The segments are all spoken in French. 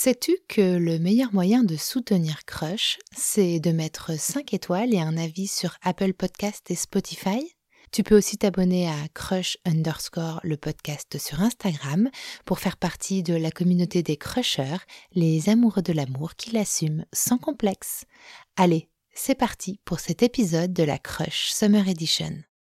Sais-tu que le meilleur moyen de soutenir Crush, c'est de mettre 5 étoiles et un avis sur Apple Podcast et Spotify ? Tu peux aussi t'abonner à Crush_ le podcast sur Instagram pour faire partie de la communauté des Crushers, les amoureux de l'amour qui l'assument sans complexe. Allez, c'est parti pour cet épisode de la Crush Summer Edition.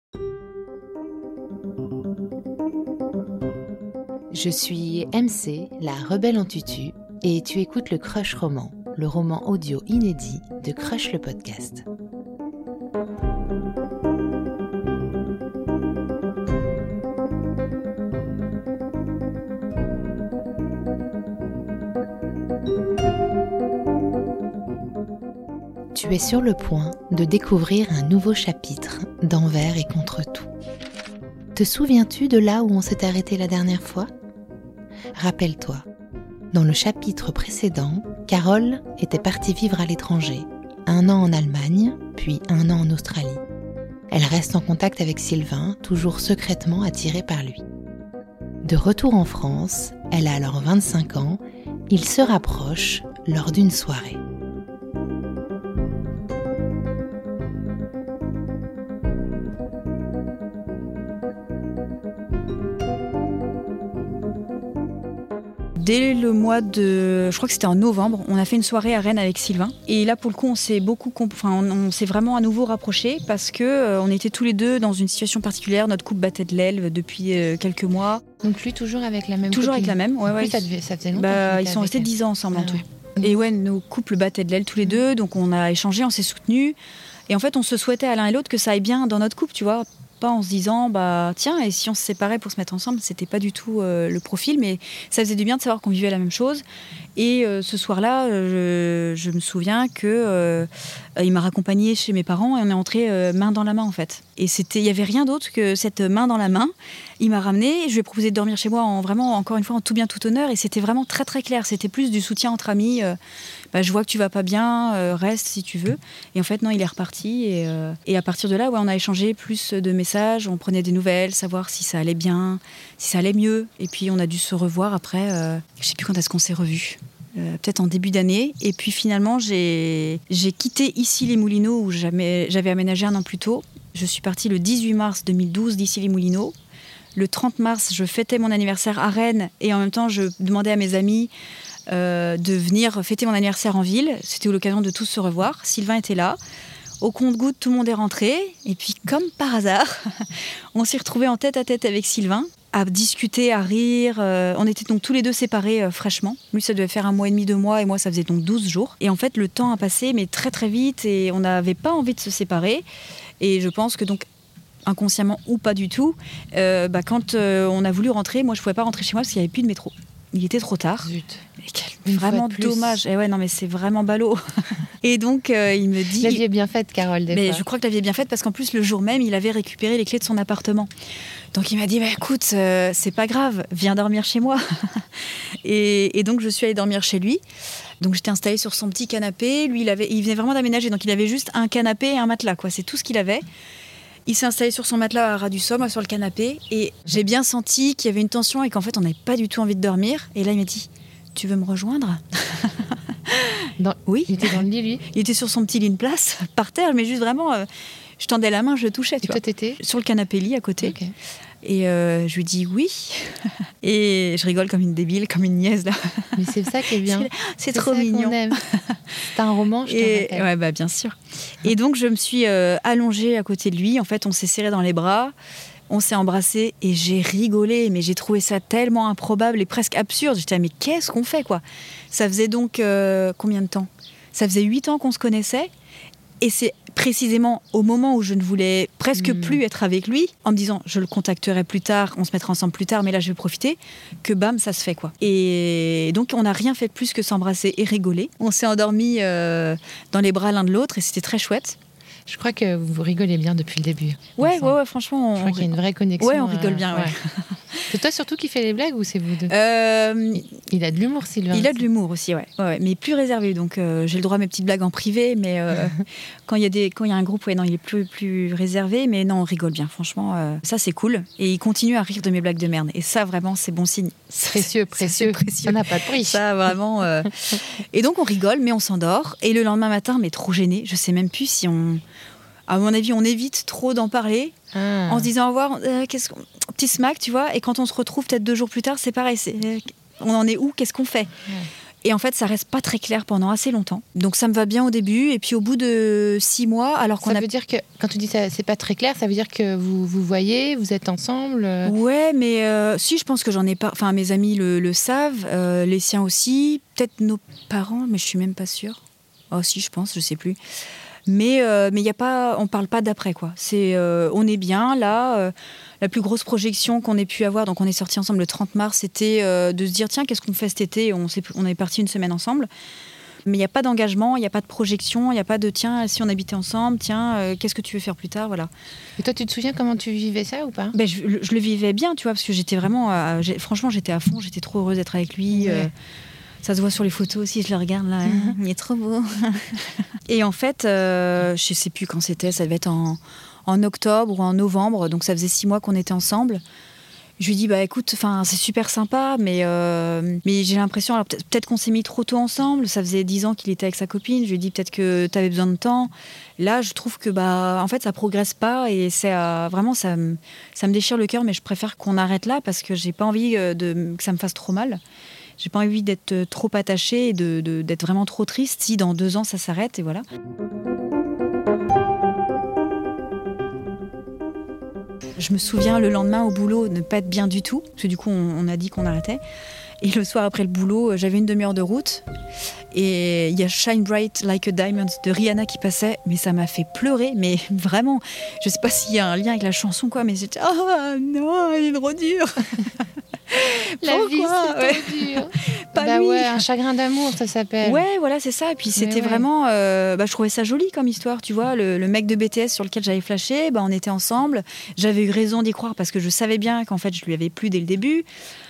Je suis MC, la rebelle en tutu, et tu écoutes le Crush Roman, le roman audio inédit de Crush le podcast. Tu es sur le point de découvrir un nouveau chapitre d'Envers et contre tout. Te souviens-tu de là où on s'est arrêté la dernière fois ? Rappelle-toi, dans le chapitre précédent, Carole était partie vivre à l'étranger, 1 an en Allemagne, puis 1 an en Australie. Elle reste en contact avec Sylvain, toujours secrètement attirée par lui. De retour en France, elle a alors 25 ans, ils se rapprochent lors d'une soirée. Dès le mois de, je crois que c'était en novembre, on a fait une soirée à Rennes avec Sylvain. Et là, pour le coup, on s'est vraiment à nouveau rapprochés parce que on était tous les deux dans une situation particulière. Notre couple battait de l'aile depuis quelques mois. Donc lui, toujours avec la même Toujours copine. avec la même, ouais. Lui, ça faisait longtemps. Ils sont restés 10 ans ensemble en tout. Ouais. Et ouais, nos couples battaient de l'aile tous les deux, donc on a échangé, on s'est soutenus. Et en fait, on se souhaitait à l'un et l'autre que ça aille bien dans notre couple, tu vois. Pas en se disant, tiens, et si on se séparait pour se mettre ensemble, c'était pas du tout le profil, mais ça faisait du bien de savoir qu'on vivait la même chose. Et ce soir-là, je me souviens que il m'a raccompagnée chez mes parents et on est entrés main dans la main en fait. Et il y avait rien d'autre que cette main dans la main. Il m'a ramenée, je lui ai proposé de dormir chez moi encore une fois en tout bien tout honneur, et c'était vraiment très très clair. C'était plus du soutien entre amis. Je vois que tu vas pas bien, reste si tu veux. Et en fait non, il est reparti et à partir de là, on a échangé plus de messages, on prenait des nouvelles, savoir si ça allait bien, si ça allait mieux. Et puis on a dû se revoir après. Je sais plus quand est-ce qu'on s'est revus. Peut-être en début d'année. Et puis finalement, j'ai quitté Issy-les-Moulineaux où j'avais aménagé 1 an plus tôt. Je suis partie le 18 mars 2012 d'Issy-les-Moulineaux. Le 30 mars, je fêtais mon anniversaire à Rennes et en même temps, je demandais à mes amis de venir fêter mon anniversaire en ville. C'était l'occasion de tous se revoir. Sylvain était là. Au compte-gouttes, tout le monde est rentré. Et puis, comme par hasard, on s'est retrouvés en tête-à-tête avec Sylvain, à discuter, à rire. On était donc tous les deux séparés fraîchement. Lui, ça devait faire 1 mois et demi, 2 mois, et moi, ça faisait donc 12 jours. Et en fait, le temps a passé, mais très très vite, et on n'avait pas envie de se séparer. Et je pense que donc, inconsciemment ou pas du tout, quand on a voulu rentrer, moi, je ne pouvais pas rentrer chez moi parce qu'il n'y avait plus de métro. Il était trop tard. Zut. Vraiment dommage. Et ouais, non, mais c'est vraiment ballot. Et donc, il me dit... La vie est bien faite, Carole, des fois. Je crois que la vie est bien faite parce qu'en plus, le jour même, il avait récupéré les clés de son appartement. Donc, il m'a dit, écoute, c'est pas grave, viens dormir chez moi. et donc, je suis allée dormir chez lui. Donc, j'étais installée sur son petit canapé. Lui, il venait vraiment d'aménager. Donc, il avait juste un canapé et un matelas, quoi. C'est tout ce qu'il avait. Il s'est installé sur son matelas à ras du sol, moi sur le canapé. Et j'ai bien senti qu'il y avait une tension et qu'en fait, on n'avait pas du tout envie de dormir. Et là, il m'a dit, tu veux me rejoindre ? Oui. Il était dans le lit, lui ? Il était sur son petit lit de place, par terre, mais juste vraiment, je tendais la main, je le touchais. Et toi, t'étais ? Sur le canapé-lit à côté. Okay. Et je lui dis oui. Et je rigole comme une débile, comme une niaise, là. Mais c'est ça qui est bien. C'est trop mignon. Qu'on aime. C'est un roman, je te rappelle. Ouais, bien sûr. Et donc, je me suis allongée à côté de lui. En fait, on s'est serrés dans les bras. On s'est embrassés et j'ai rigolé, mais j'ai trouvé ça tellement improbable et presque absurde. J'étais mais qu'est-ce qu'on fait, quoi ? Ça faisait donc combien de temps ? Ça faisait 8 ans qu'on se connaissait. Et c'est précisément au moment où je ne voulais presque plus être avec lui, en me disant je le contacterai plus tard, on se mettra ensemble plus tard, mais là je vais profiter, que bam, ça se fait, quoi. Et donc on n'a rien fait de plus que s'embrasser et rigoler. On s'est endormis dans les bras l'un de l'autre et c'était très chouette. Je crois que vous rigolez bien depuis le début. Ouais, franchement. Je crois qu'il y a une vraie connexion. Ouais, on rigole bien, ouais. C'est toi surtout qui fais les blagues ou c'est vous deux? Il a de l'humour, Sylvain. Il a de l'humour aussi, ouais. Mais plus réservé. Donc j'ai le droit à mes petites blagues en privé, mais quand il y a un groupe, ouais, non, il est plus réservé. Mais non, on rigole bien, franchement. Ça, c'est cool. Et il continue à rire de mes blagues de merde. Et ça, vraiment, c'est bon signe. Précieux. Ça n'a pas de prix. Ça, vraiment. Et donc, on rigole, mais on s'endort. Et le lendemain matin, mais trop gêné. Je sais même plus si on... À mon avis, on évite trop d'en parler en se disant au revoir, petit smack, tu vois. Et quand on se retrouve peut-être 2 jours plus tard, c'est pareil. On en est où? Qu'est-ce qu'on fait? Et en fait, ça reste pas très clair pendant assez longtemps. Donc ça me va bien au début. Et puis au bout de 6 mois, alors qu'on ça veut dire que, quand tu dis ça, c'est pas très clair, ça veut dire que vous voyez, vous êtes ensemble Ouais, mais si, je pense que j'en ai pas... Enfin, mes amis le savent, les siens aussi. Peut-être nos parents, mais je suis même pas sûre. Oh si, je pense, je sais plus. Mais y a pas, on parle pas d'après, quoi. On est bien là. La plus grosse projection qu'on ait pu avoir, donc on est sortis ensemble le 30 mars, c'était de se dire tiens, qu'est-ce qu'on fait cet été? On est partis une semaine ensemble. Mais il n'y a pas d'engagement, il n'y a pas de projection, il n'y a pas de tiens, si on habitait ensemble, tiens, qu'est-ce que tu veux faire plus tard, voilà. Et toi, tu te souviens comment tu vivais ça ou pas? Je le vivais bien, tu vois, parce que j'étais vraiment, franchement, j'étais à fond, j'étais trop heureuse d'être avec lui. Ouais. Ça se voit sur les photos aussi, je le regarde là, il est trop beau. Et en fait, je sais plus quand c'était, ça devait être en octobre ou en novembre, donc ça faisait 6 mois qu'on était ensemble. Je lui dis écoute, c'est super sympa, mais j'ai l'impression, alors peut-être qu'on s'est mis trop tôt ensemble. Ça faisait 10 ans qu'il était avec sa copine. Je lui ai dit peut-être que tu avais besoin de temps. Là, je trouve que en fait, ça progresse pas et vraiment ça me déchire le cœur. Mais je préfère qu'on arrête là parce que j'ai pas envie que ça me fasse trop mal. J'ai pas envie d'être trop attachée et d'être vraiment trop triste si dans 2 ans ça s'arrête et voilà. Je me souviens le lendemain au boulot ne pas être bien du tout, parce que du coup on a dit qu'on arrêtait. Et le soir après le boulot, j'avais une demi-heure de route et il y a Shine Bright Like a Diamond de Rihanna qui passait, mais ça m'a fait pleurer, mais vraiment, je sais pas s'il y a un lien avec la chanson quoi, mais j'étais non, elle est trop dure. La vie c'est trop dur. Pas lui. Ouais, un chagrin d'amour ça s'appelle. Ouais, voilà, c'est ça. Et puis c'était vraiment, je trouvais ça joli comme histoire, tu vois. Le mec de BTS sur lequel j'avais flashé, on était ensemble. J'avais eu raison d'y croire parce que je savais bien qu'en fait je lui avais plu dès le début.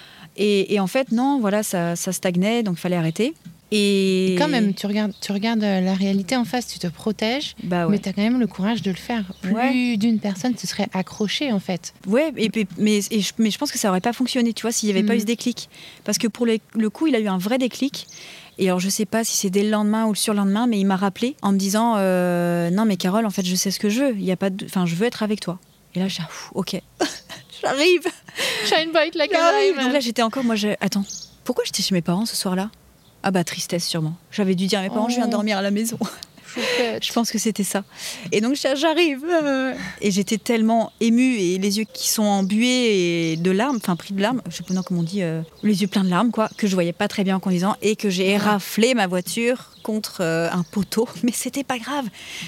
Et en fait non, voilà, ça stagnait, donc il fallait arrêter. Et quand même, tu regardes la réalité en face, tu te protèges, mais tu as quand même le courage de le faire. Plus d'une personne se serait accrochée, en fait. Ouais, mais je pense que ça n'aurait pas fonctionné, tu vois, s'il n'y avait pas eu ce déclic. Parce que pour le coup, il a eu un vrai déclic. Et alors, je ne sais pas si c'est dès le lendemain ou le surlendemain, mais il m'a rappelé en me disant non, mais Carole, en fait, je sais ce que je veux. Je veux être avec toi. Et là, j'ai dit ok, j'arrive. Shine bright like a diamond. Donc là, j'étais encore, attends, pourquoi j'étais chez mes parents ce soir-là? Ah tristesse sûrement. J'avais dû dire à mes parents, je viens dormir à la maison. Je pense que c'était ça. Et donc j'arrive. Et j'étais tellement émue et les yeux qui sont embués et de larmes, pris de larmes, je sais pas comment on dit, les yeux pleins de larmes quoi, que je voyais pas très bien en conduisant et que j'ai raflé ma voiture contre un poteau. Mais c'était pas grave.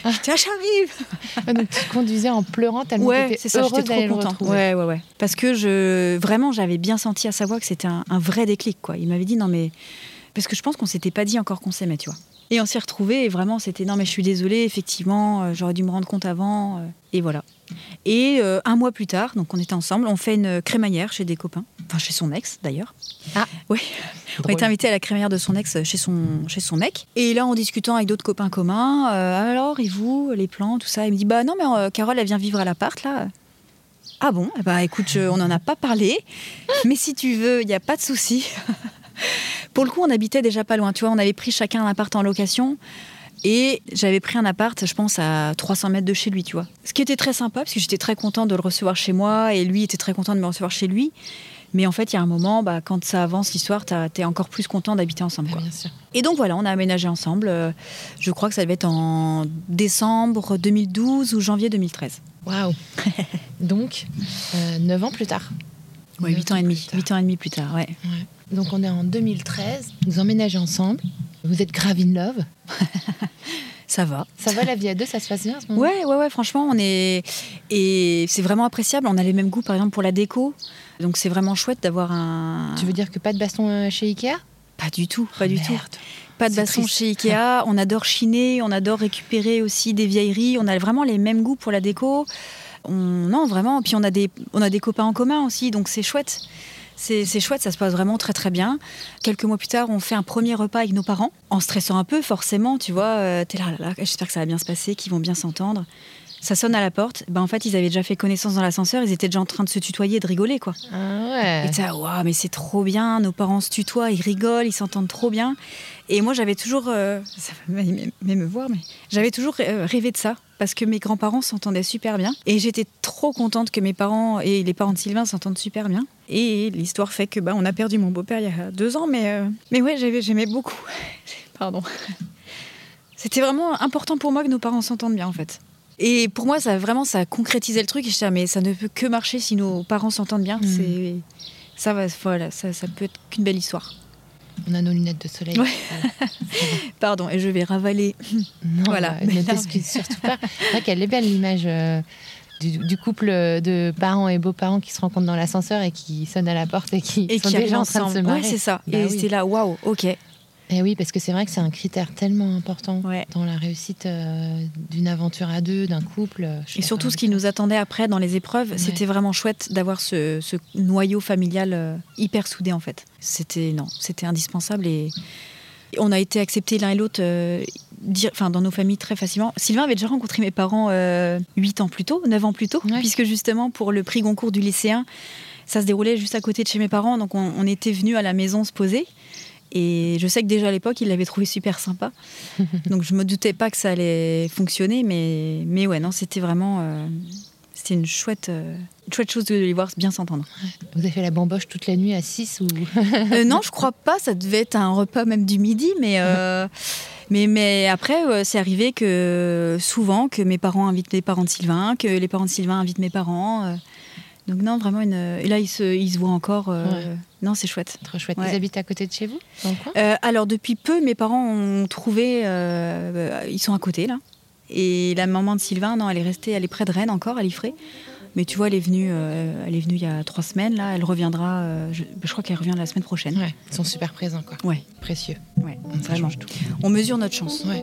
J'arrive. Donc tu conduisais en pleurant tellement tu étais heureuse d'aller le retrouver. Ouais. Parce que vraiment j'avais bien senti à sa voix que c'était un vrai déclic quoi. Il m'avait dit non mais parce que je pense qu'on s'était pas dit encore qu'on s'aimait, tu vois. Et on s'est retrouvés et vraiment c'était non mais je suis désolée, effectivement, j'aurais dû me rendre compte avant et voilà. Et 1 mois plus tard, donc on était ensemble, on fait une crémaillère chez des copains, chez son ex d'ailleurs. Ah oui. On était invités à la crémaillère de son ex chez son mec. Et là en discutant avec d'autres copains communs, alors et vous, les plans, tout ça, il me dit non mais Carole elle vient vivre à l'appart là. Ah bon, écoute, on n'en a pas parlé, mais si tu veux, il n'y a pas de souci. Pour le coup, on habitait déjà pas loin. Tu vois, on avait pris chacun un appart en location et j'avais pris un appart, je pense, à 300 mètres de chez lui, tu vois. Ce qui était très sympa parce que j'étais très contente de le recevoir chez moi et lui était très content de me recevoir chez lui. Mais en fait, il y a un moment, quand ça avance l'histoire, t'es encore plus content d'habiter ensemble, quoi. Bien sûr. Et donc voilà, on a aménagé ensemble. Je crois que ça devait être en décembre 2012 ou janvier 2013. Waouh. Donc, 9 ans plus tard. Ouais, 8 ans et demi. 8 ans et demi plus tard, ouais. Donc on est en 2013, vous emménagez ensemble, vous êtes grave in love. Ça va. Ça va la vie à deux, ça se passe bien à ce moment? Ouais, franchement, et c'est vraiment appréciable. On a les mêmes goûts, par exemple, pour la déco. Donc c'est vraiment chouette d'avoir un... Tu veux dire que pas de baston chez Ikea? Pas du tout. Pas de C'est baston triste. chez Ikea. On adore chiner, on adore récupérer aussi des vieilleries. On a vraiment les mêmes goûts pour la déco. Non, vraiment. Puis on a des copains en commun aussi, donc c'est chouette. C'est chouette, ça se passe vraiment très très bien. Quelques mois plus tard, on fait un premier repas avec nos parents, en stressant un peu forcément, tu vois. T'es là, j'espère que ça va bien se passer, qu'ils vont bien s'entendre. Ça sonne à la porte. En fait, ils avaient déjà fait connaissance dans l'ascenseur, ils étaient déjà en train de se tutoyer et de rigoler, quoi. Ah ouais. Et tu sais, waouh, mais c'est trop bien, nos parents se tutoient, ils rigolent, ils s'entendent trop bien. Et moi, j'avais toujours, ça va me voir, mais j'avais toujours rêvé de ça, parce que mes grands-parents s'entendaient super bien. Et j'étais trop contente que mes parents et les parents de Sylvain s'entendent super bien. Et l'histoire fait que on a perdu mon beau-père il y a 2 ans, mais ouais, j'aimais beaucoup. Pardon. C'était vraiment important pour moi que nos parents s'entendent bien, en fait. Et pour moi, ça a concrétisé le truc. Et je disais, mais ça ne peut que marcher si nos parents s'entendent bien. Ça peut être qu'une belle histoire. On a nos lunettes de soleil. Ouais. Voilà. Pardon, et je vais ravaler. Non, Voilà. ne t'excuse surtout pas. C'est vrai qu'elle est belle l'image du couple de parents et beaux-parents qui se rencontrent dans l'ascenseur et qui sonnent à la porte et qui sont déjà en train de se marrer. Ouais, c'est ça. Bah et oui. c'est là, waouh, ok. Et oui, parce que c'est vrai que c'est un critère tellement important dans la réussite d'une aventure à deux, d'un couple. Et surtout, ce qui nous attendait après dans les épreuves, c'était vraiment chouette d'avoir ce noyau familial hyper soudé, en fait. C'était indispensable et on a été acceptés l'un et l'autre dans nos familles très facilement. Sylvain avait déjà rencontré mes parents 9 ans plus tôt, puisque justement, pour le prix Goncourt du lycéen, ça se déroulait juste à côté de chez mes parents, donc on était venus à la maison se poser. Et je sais que déjà à l'époque, il l'avait trouvé super sympa. Donc je me doutais pas que ça allait fonctionner, mais ouais, non, c'était vraiment c'était une chouette chose de les voir bien s'entendre. Vous avez fait la bamboche toute la nuit à 6 ou... Non, je crois pas. Ça devait être un repas même du midi, mais après, c'est arrivé que souvent que mes parents invitent les parents de Sylvain, que les parents de Sylvain invitent mes parents. Donc non, vraiment et là ils se voient encore. Non, c'est chouette. Trop chouette. Ouais. Ils habitent à côté de chez vous, dans le coin ? Alors depuis peu, mes parents ont trouvé. Ils sont à côté là. Et la maman de Sylvain, non, elle est près de Rennes encore, à Liffré. Mais tu vois, elle est venue il y a 3 semaines là. Elle reviendra. Je crois qu'elle revient la semaine prochaine. Ouais. Ils sont super présents, quoi. Ouais. Précieux. Ouais. Ça Vraiment. change tout. On mesure notre chance. Ouais.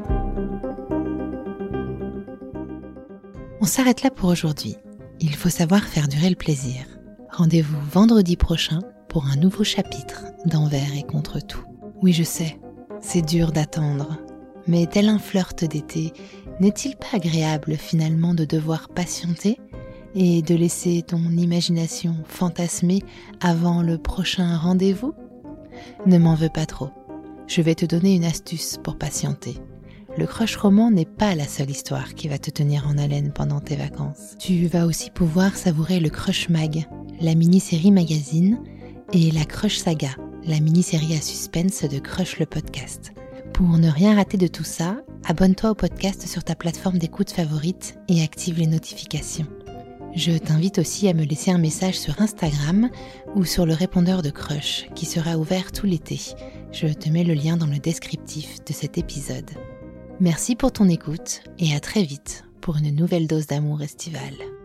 On s'arrête là pour aujourd'hui. Il faut savoir faire durer le plaisir. Rendez-vous vendredi prochain pour un nouveau chapitre d'Envers et contre tout. Oui, je sais, c'est dur d'attendre. Mais tel un flirt d'été, n'est-il pas agréable finalement de devoir patienter et de laisser ton imagination fantasmer avant le prochain rendez-vous ? Ne m'en veux pas trop. Je vais te donner une astuce pour patienter. Le crush roman n'est pas la seule histoire qui va te tenir en haleine pendant tes vacances. Tu vas aussi pouvoir savourer le Crush Mag, la mini-série magazine, et la Crush Saga, la mini-série à suspense de Crush le podcast. Pour ne rien rater de tout ça, abonne-toi au podcast sur ta plateforme d'écoute favorite et active les notifications. Je t'invite aussi à me laisser un message sur Instagram ou sur le répondeur de Crush qui sera ouvert tout l'été. Je te mets le lien dans le descriptif de cet épisode. Merci pour ton écoute et à très vite pour une nouvelle dose d'amour estival.